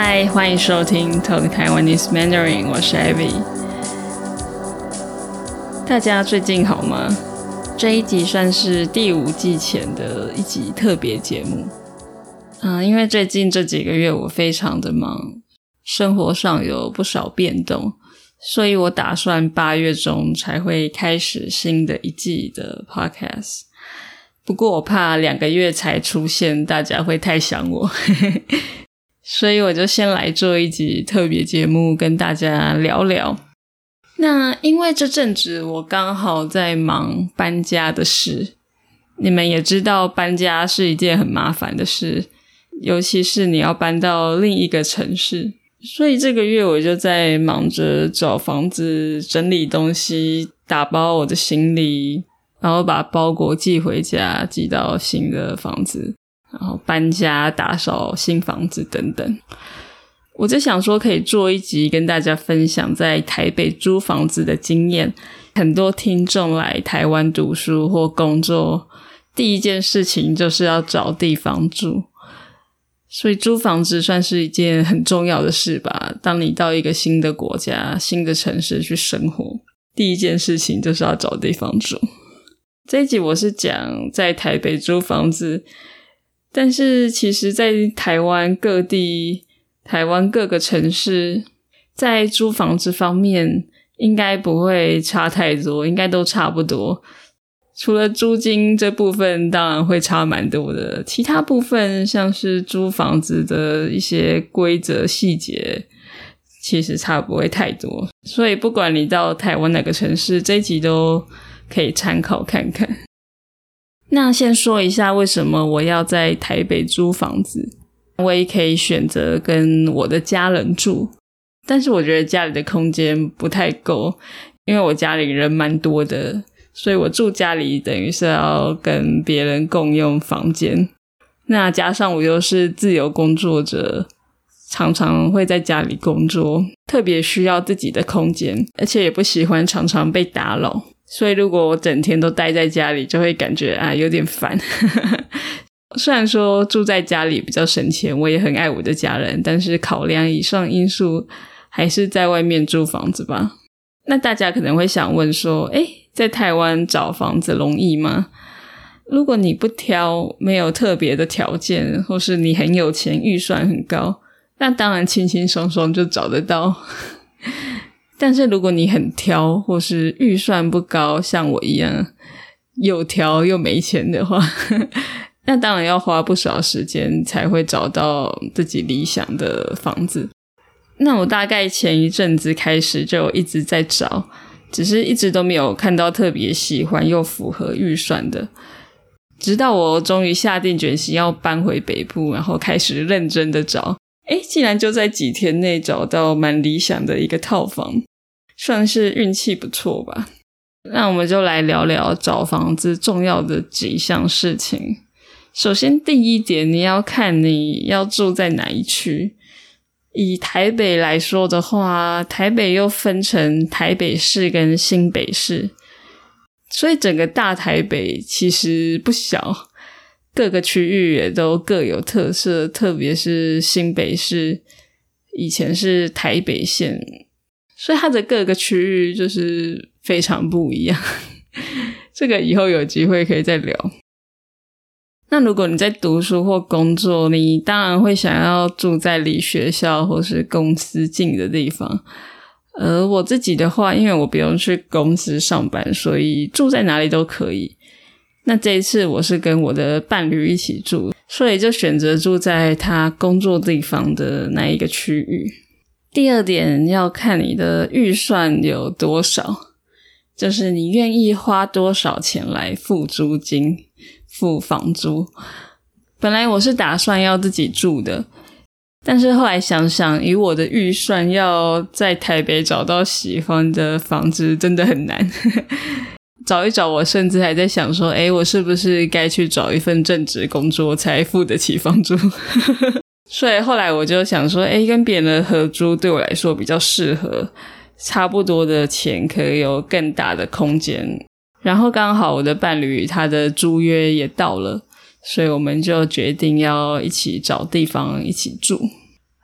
嗨，欢迎收听 Talk Taiwanese Mandarin， 我是 Ivy。大家最近好吗？这一集算是第5季前的一集特别节目。因为最近这几个月我非常的忙，生活上有不少变动，所以我打算8月中才会开始新的一季的 podcast。不过我怕2个月才出现，大家会太想我所以我就先来做一集特别节目跟大家聊聊。那因为这阵子我刚好在忙搬家的事，你们也知道搬家是一件很麻烦的事，尤其是你要搬到另一个城市，所以这个月我就在忙着找房子、整理东西、打包我的行李，然后把包裹寄回家，寄到新的房子，然后搬家、打扫新房子等等。我就想说可以做一集跟大家分享在台北租房子的经验。很多听众来台湾读书或工作，第一件事情就是要找地方住，所以租房子算是一件很重要的事吧。当你到一个新的国家、新的城市去生活，第一件事情就是要找地方住。这一集我是讲在台北租房子，但是其实在台湾各地、台湾各个城市，在租房子方面应该不会差太多，应该都差不多。除了租金这部分当然会差蛮多的，其他部分像是租房子的一些规则细节其实差不会太多，所以不管你到台湾哪个城市，这一集都可以参考看看。那先说一下为什么我要在台北租房子。我也可以选择跟我的家人住，但是我觉得家里的空间不太够，因为我家里人蛮多的，所以我住家里等于是要跟别人共用房间。那加上我又是自由工作者，常常会在家里工作，特别需要自己的空间，而且也不喜欢常常被打扰，所以如果我整天都待在家里，就会感觉有点烦虽然说住在家里比较省钱，我也很爱我的家人，但是考量以上因素，还是在外面租房子吧。那大家可能会想问说，在台湾找房子容易吗？如果你不挑，没有特别的条件，或是你很有钱，预算很高，那当然轻轻松松就找得到但是如果你很挑，或是预算不高，像我一样又挑又没钱的话那当然要花不少时间才会找到自己理想的房子。那我大概前一阵子开始就一直在找，只是一直都没有看到特别喜欢又符合预算的，直到我终于下定决心要搬回北部，然后开始认真的找，竟然就在几天内找到蛮理想的一个套房，算是运气不错吧。那我们就来聊聊找房子重要的几项事情。首先第一点，你要看你要住在哪一区。以台北来说的话，台北又分成台北市跟新北市，所以整个大台北其实不小，各个区域也都各有特色，特别是新北市以前是台北县，所以它的各个区域就是非常不一样这个以后有机会可以再聊。那如果你在读书或工作，你当然会想要住在离学校或是公司近的地方。而我自己的话，因为我不用去公司上班，所以住在哪里都可以。那这一次我是跟我的伴侣一起住，所以就选择住在他工作地方的那一个区域。第二点，要看你的预算有多少，就是你愿意花多少钱来付租金、付房租。本来我是打算要自己住的，但是后来想想，以我的预算要在台北找到喜欢的房子真的很难找一找，我甚至还在想说我是不是该去找一份正职工作才付得起房租所以后来我就想说跟别人合租对我来说比较适合，差不多的钱可以有更大的空间。然后刚好我的伴侣他的租约也到了，所以我们就决定要一起找地方一起住。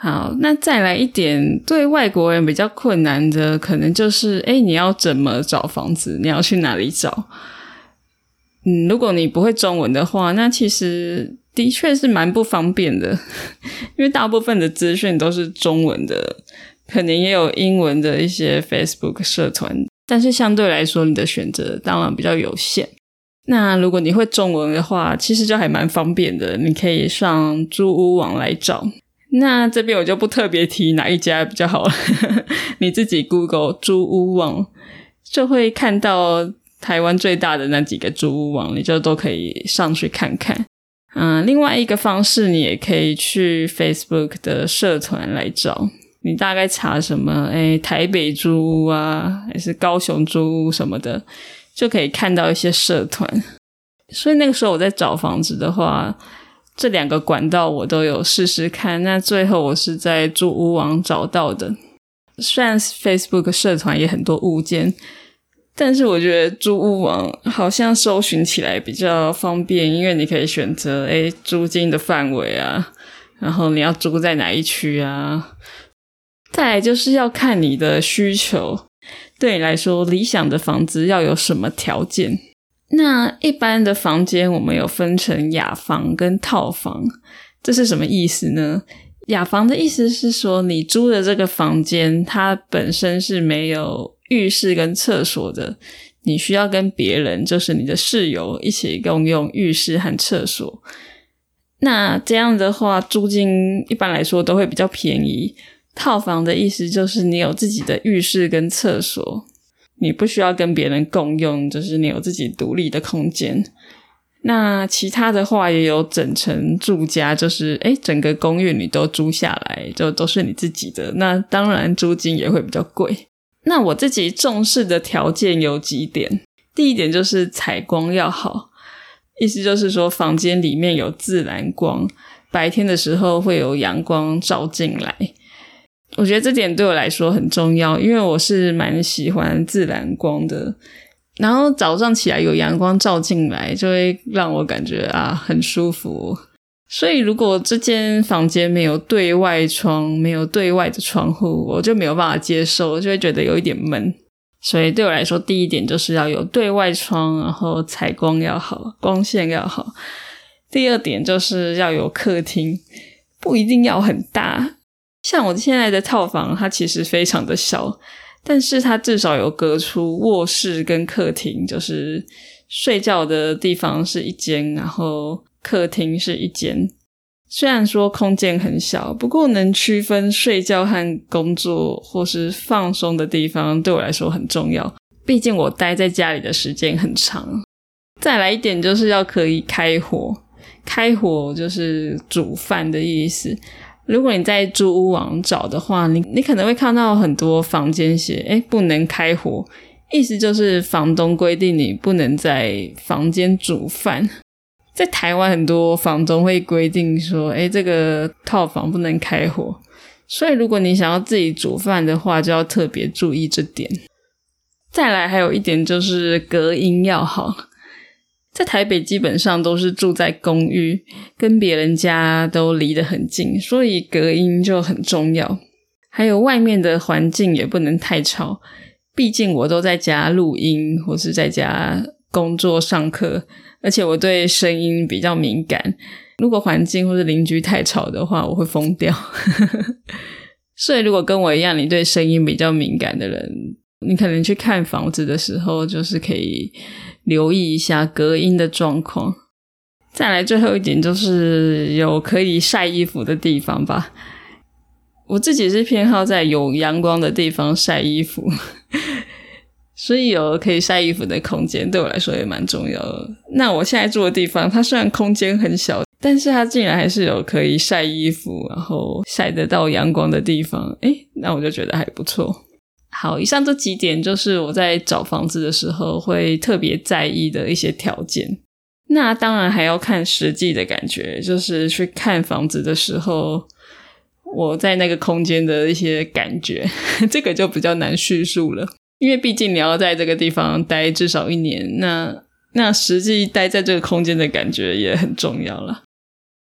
好，那再来一点对外国人比较困难的，可能就是你要怎么找房子，你要去哪里找。如果你不会中文的话，那其实的确是蛮不方便的，因为大部分的资讯都是中文的，可能也有英文的一些 Facebook 社团，但是相对来说你的选择当然比较有限。那如果你会中文的话，其实就还蛮方便的，你可以上租屋网来找。那这边我就不特别提哪一家比较好了你自己 Google 租屋网就会看到台湾最大的那几个租屋网，你就都可以上去看看。另外一个方式，你也可以去 Facebook 的社团来找，你大概查什么台北租屋啊，还是高雄租屋什么的，就可以看到一些社团。所以那个时候我在找房子的话，这两个管道我都有试试看，那最后我是在租屋网找到的。虽然 Facebook 社团也很多物件，但是我觉得租屋网好像搜寻起来比较方便，因为你可以选择租金的范围啊，然后你要租在哪一区啊。再来就是要看你的需求，对你来说理想的房子要有什么条件。那一般的房间我们有分成雅房跟套房，这是什么意思呢？雅房的意思是说你租的这个房间它本身是没有浴室跟厕所的，你需要跟别人，就是你的室友一起共用浴室和厕所。那这样的话租金一般来说都会比较便宜。套房的意思就是你有自己的浴室跟厕所，你不需要跟别人共用，就是你有自己独立的空间。那其他的话也有整层住家，就是整个公寓你都租下来，就都是你自己的，那当然租金也会比较贵。那我自己重视的条件有几点。第一点就是采光要好，意思就是说房间里面有自然光，白天的时候会有阳光照进来。我觉得这点对我来说很重要，因为我是蛮喜欢自然光的，然后早上起来有阳光照进来就会让我感觉很舒服。所以如果这间房间没有对外窗，没有对外的窗户，我就没有办法接受，就会觉得有一点闷。所以对我来说第一点就是要有对外窗，然后采光要好，光线要好。第二点就是要有客厅，不一定要很大，像我现在的套房它其实非常的小，但是它至少有隔出卧室跟客厅，就是睡觉的地方是一间，然后客厅是一间。虽然说空间很小，不过能区分睡觉和工作或是放松的地方对我来说很重要，毕竟我待在家里的时间很长。再来一点就是要可以开火，开火就是煮饭的意思。如果你在租屋网找的话，你可能会看到很多房间写不能开火，意思就是房东规定你不能在房间煮饭。在台湾很多房东会规定说这个套房不能开火，所以如果你想要自己煮饭的话就要特别注意这点。再来还有一点就是隔音要好，在台北基本上都是住在公寓，跟别人家都离得很近，所以隔音就很重要。还有外面的环境也不能太吵，毕竟我都在家录音或是在家工作上课，而且我对声音比较敏感，如果环境或是邻居太吵的话我会疯掉所以如果跟我一样你对声音比较敏感的人，你可能去看房子的时候就是可以留意一下隔音的状况。再来最后一点就是有可以晒衣服的地方吧，我自己是偏好在有阳光的地方晒衣服所以有可以晒衣服的空间对我来说也蛮重要的。那我现在住的地方它虽然空间很小，但是它竟然还是有可以晒衣服然后晒得到阳光的地方，那我就觉得还不错。好，以上这几点就是我在找房子的时候会特别在意的一些条件。那当然还要看实际的感觉，就是去看房子的时候我在那个空间的一些感觉这个就比较难叙述了，因为毕竟你要在这个地方待至少1年，那实际待在这个空间的感觉也很重要了。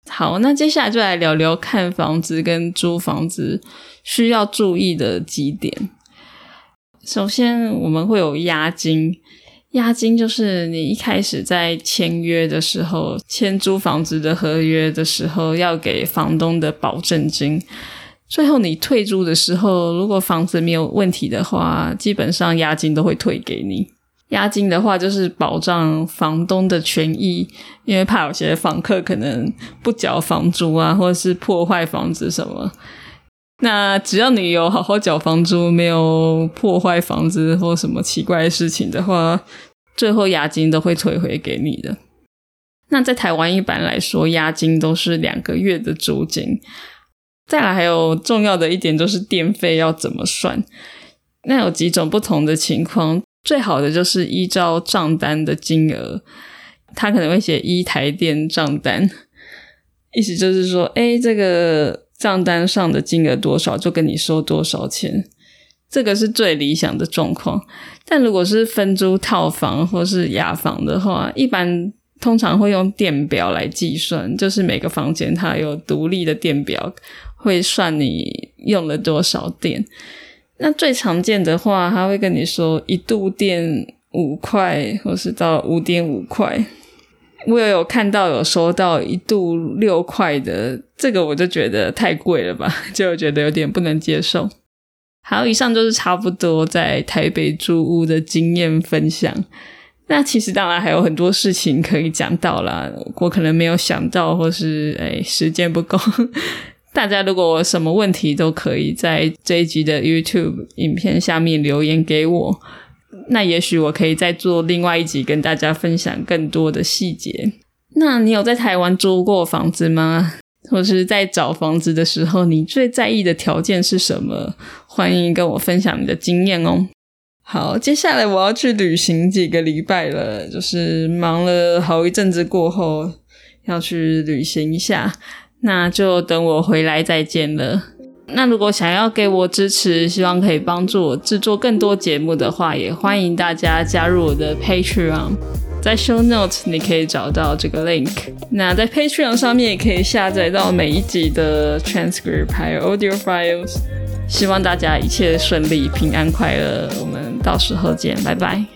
好，那接下来就来聊聊看房子跟租房子需要注意的几点。首先我们会有押金，押金就是你一开始在签约的时候，签租房子的合约的时候要给房东的保证金，最后你退租的时候，如果房子没有问题的话，基本上押金都会退给你。押金的话就是保障房东的权益，因为怕有些房客可能不缴房租啊，或者是破坏房子什么，那只要你有好好缴房租，没有破坏房子或什么奇怪的事情的话，最后押金都会退回给你的。那在台湾一般来说，押金都是2个月的租金。再来还有重要的一点就是电费要怎么算。那有几种不同的情况，最好的就是依照账单的金额，他可能会写一台电账单，意思就是说这个账单上的金额多少就跟你收多少钱，这个是最理想的状况。但如果是分租套房或是雅房的话，一般通常会用电表来计算，就是每个房间它有独立的电表，会算你用了多少电。那最常见的话，他会跟你说1度电5块或是到 5.5 块。我也有看到有收到1度6块的，这个我就觉得太贵了吧，就觉得有点不能接受。好，以上就是差不多在台北租屋的经验分享。那其实当然还有很多事情可以讲到啦，我可能没有想到，或是时间不够。大家如果有什么问题都可以在这一集的 YouTube 影片下面留言给我，那也许我可以再做另外一集跟大家分享更多的细节。那你有在台湾租过房子吗？或是在找房子的时候你最在意的条件是什么？欢迎跟我分享你的经验哦。好，接下来我要去旅行几个礼拜了，就是忙了好一阵子过后要去旅行一下，那就等我回来再见了。那如果想要给我支持，希望可以帮助我制作更多节目的话，也欢迎大家加入我的 Patreon， 在 Show Notes 你可以找到这个 link。 那在 Patreon 上面也可以下载到每一集的 transcript 还有 audio files。希望大家一切顺利，平安快乐，我们到时候见，拜拜。